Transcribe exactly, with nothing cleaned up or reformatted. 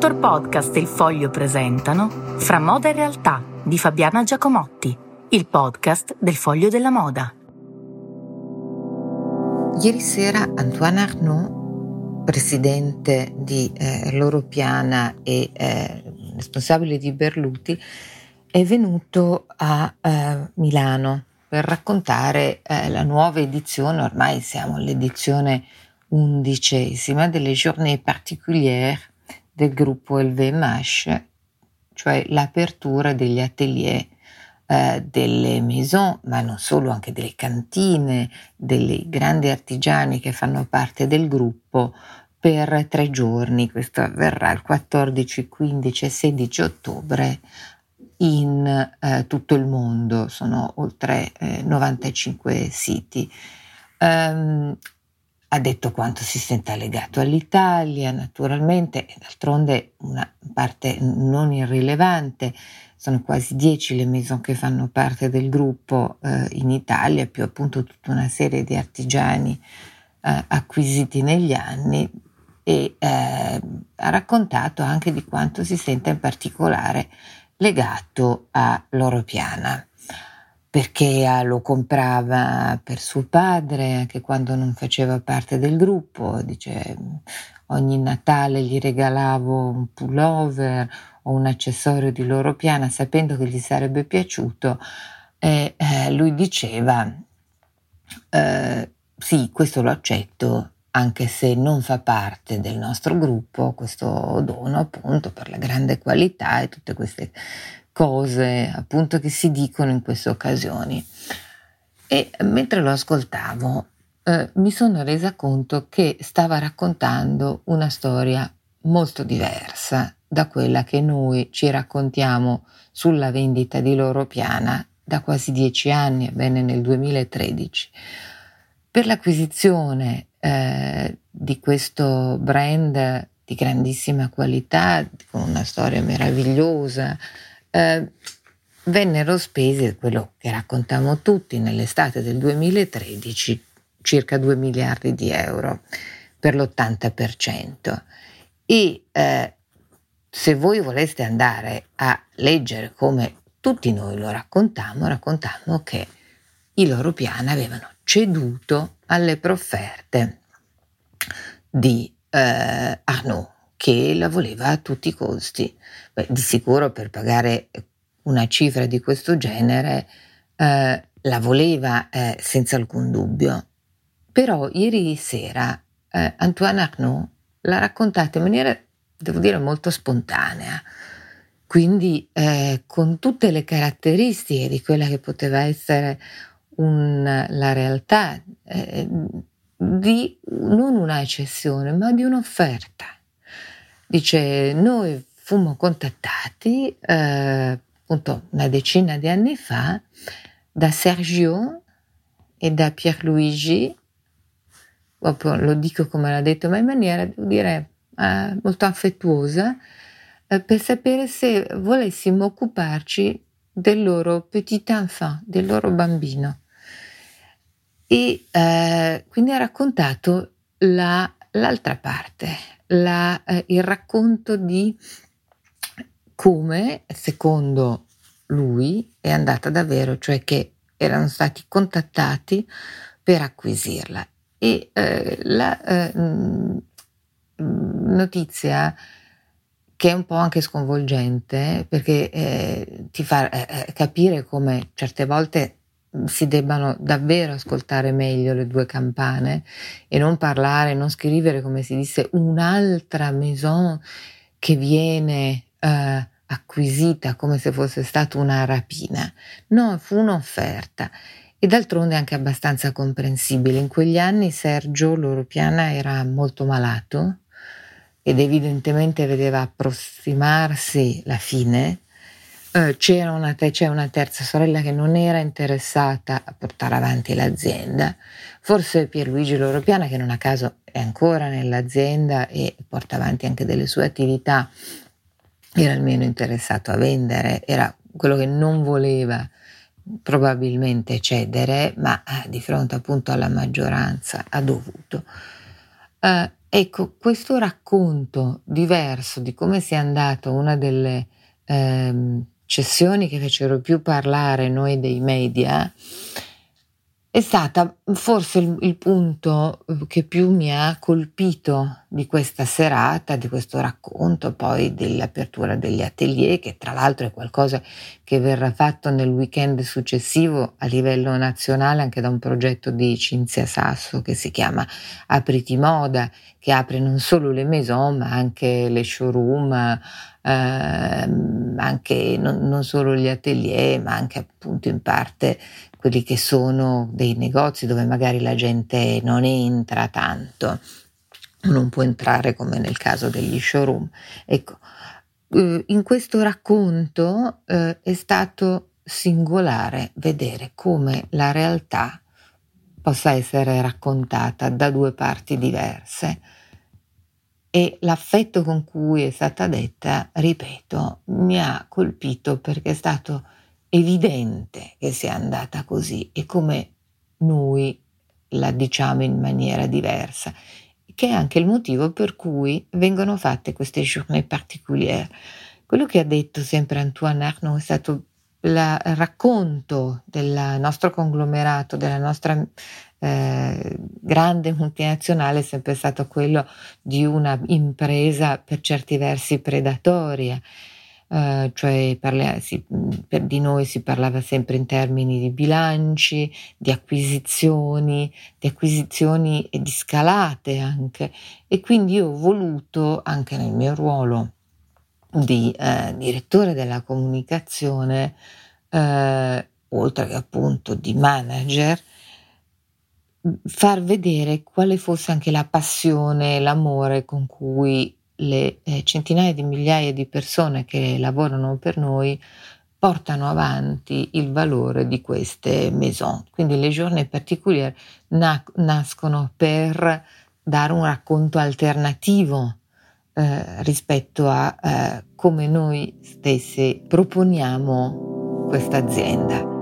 Dottor Podcast e Il Foglio presentano Fra moda e realtà di Fabiana Giacomotti, il podcast del Foglio della Moda. Ieri sera Antoine Arnault, presidente di eh, Loro Piana e eh, responsabile di Berluti, è venuto a eh, Milano per raccontare eh, la nuova edizione, ormai siamo all'edizione undicesima, delle Journées Particulières del gruppo L V M H, cioè l'apertura degli atelier eh, delle maison, ma non solo, anche delle cantine, dei grandi artigiani che fanno parte del gruppo, per tre giorni. Questo avverrà il quattordici, quindici e sedici ottobre in eh, tutto il mondo, sono oltre eh, novantacinque siti. Um, ha detto quanto si senta legato all'Italia, naturalmente, e d'altronde una parte non irrilevante, sono quasi dieci le maison che fanno parte del gruppo eh, in Italia, più appunto tutta una serie di artigiani eh, acquisiti negli anni, e eh, ha raccontato anche di quanto si senta in particolare legato a Loro Piana, perché lo comprava per suo padre anche quando non faceva parte del gruppo. Dice: ogni Natale gli regalavo un pullover o un accessorio di Loro Piana sapendo che gli sarebbe piaciuto, e eh, lui diceva eh, sì, questo lo accetto anche se non fa parte del nostro gruppo, questo dono, appunto, per la grande qualità e tutte queste cose appunto che si dicono in queste occasioni. E mentre lo ascoltavo eh, mi sono resa conto che stava raccontando una storia molto diversa da quella che noi ci raccontiamo sulla vendita di Loro Piana da quasi dieci anni, ebbene nel duemilatredici. Per l'acquisizione eh, di questo brand di grandissima qualità, con una storia meravigliosa, eh, vennero spesi, quello che raccontiamo tutti, nell'estate del duemilatredici, circa due miliardi di euro per l'ottanta per cento. E eh, se voi voleste andare a leggere come tutti noi lo raccontammo, raccontammo che i Loro Piana avevano ceduto alle profferte di eh, Arnault, che la voleva a tutti i costi. Beh, di sicuro per pagare una cifra di questo genere eh, la voleva eh, senza alcun dubbio. Però ieri sera eh, Antoine Arnault l'ha raccontata in maniera, devo dire, molto spontanea, quindi eh, con tutte le caratteristiche di quella che poteva essere un, la realtà eh, di non una cessione ma di un'offerta. Dice: noi fummo contattati eh, appunto una decina di anni fa da Sergio e da Pierluigi, proprio lo dico come l'ha detto, ma in maniera, devo dire, eh, molto affettuosa, eh, per sapere se volessimo occuparci del loro petit enfant, del loro bambino. E eh, quindi ha raccontato la, l'altra parte, la, eh, il racconto di come, secondo lui, è andata davvero, cioè che erano stati contattati per acquisirla. E eh, la eh, notizia, che è un po' anche sconvolgente, perché eh, ti fa eh, capire come certe volte si debbano davvero ascoltare meglio le due campane e non parlare, non scrivere, come si disse, un'altra maison che viene eh, acquisita come se fosse stata una rapina. No, fu un'offerta. E d'altronde anche abbastanza comprensibile. In quegli anni Sergio Loro Piana era molto malato ed evidentemente vedeva approssimarsi la fine. Eh, c'era una, te- c'è una terza sorella che non era interessata a portare avanti l'azienda, forse Pierluigi Loro Piana, che non a caso è ancora nell'azienda e porta avanti anche delle sue attività, era almeno interessato a vendere, era quello che non voleva probabilmente cedere, ma eh, di fronte appunto alla maggioranza ha dovuto. Eh, ecco, questo racconto diverso di come sia andato una delle ehm, cessioni che fecero più parlare noi dei media, è stata forse il il punto che più mi ha colpito di questa serata, di questo racconto, poi dell'apertura degli atelier, che tra l'altro è qualcosa che verrà fatto nel weekend successivo a livello nazionale anche da un progetto di Cinzia Sasso che si chiama Apriti Moda, che apre non solo le maison ma anche le showroom, ehm, anche non non solo gli atelier, ma anche appunto in parte quelli che sono dei negozi dove magari la gente non entra tanto, non può entrare come nel caso degli showroom. Ecco, uhm, in questo racconto, uhm, è stato singolare vedere come la realtà possa essere raccontata da due parti diverse e l'affetto con cui è stata detta, ripeto, mi ha colpito perché è stato evidente che sia andata così e come noi la diciamo in maniera diversa, che è anche il motivo per cui vengono fatte queste journée particulière. Quello che ha detto sempre Antoine Arnauld è stato la il racconto del nostro conglomerato, della nostra eh, grande multinazionale è sempre stato quello di una impresa per certi versi predatoria. Uh, cioè parla, si, per di noi si parlava sempre in termini di bilanci, di acquisizioni, di acquisizioni e di scalate anche. E quindi io ho voluto, anche nel mio ruolo di eh, direttore della comunicazione, eh, oltre che appunto di manager, far vedere quale fosse anche la passione, l'amore con cui le eh, centinaia di migliaia di persone che lavorano per noi portano avanti il valore di queste maison. Quindi le journée particulières na- nascono per dare un racconto alternativo eh, rispetto a eh, come noi stessi proponiamo questa azienda.